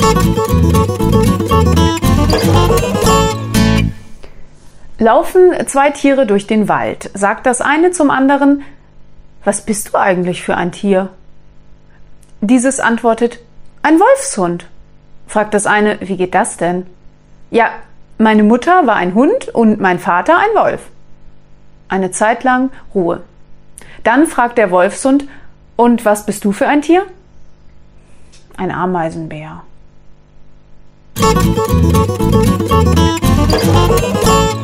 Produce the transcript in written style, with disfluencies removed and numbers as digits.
Laufen zwei Tiere durch den Wald. Sagt das eine zum anderen: Was bist du eigentlich für ein Tier? Dieses antwortet: Ein Wolfshund. Fragt das eine: Wie geht das denn? Ja, meine Mutter war ein Hund und mein Vater ein Wolf. Eine Zeit lang Ruhe. Dann fragt der Wolfshund: Und was bist du für ein Tier? Ein Ameisenbär.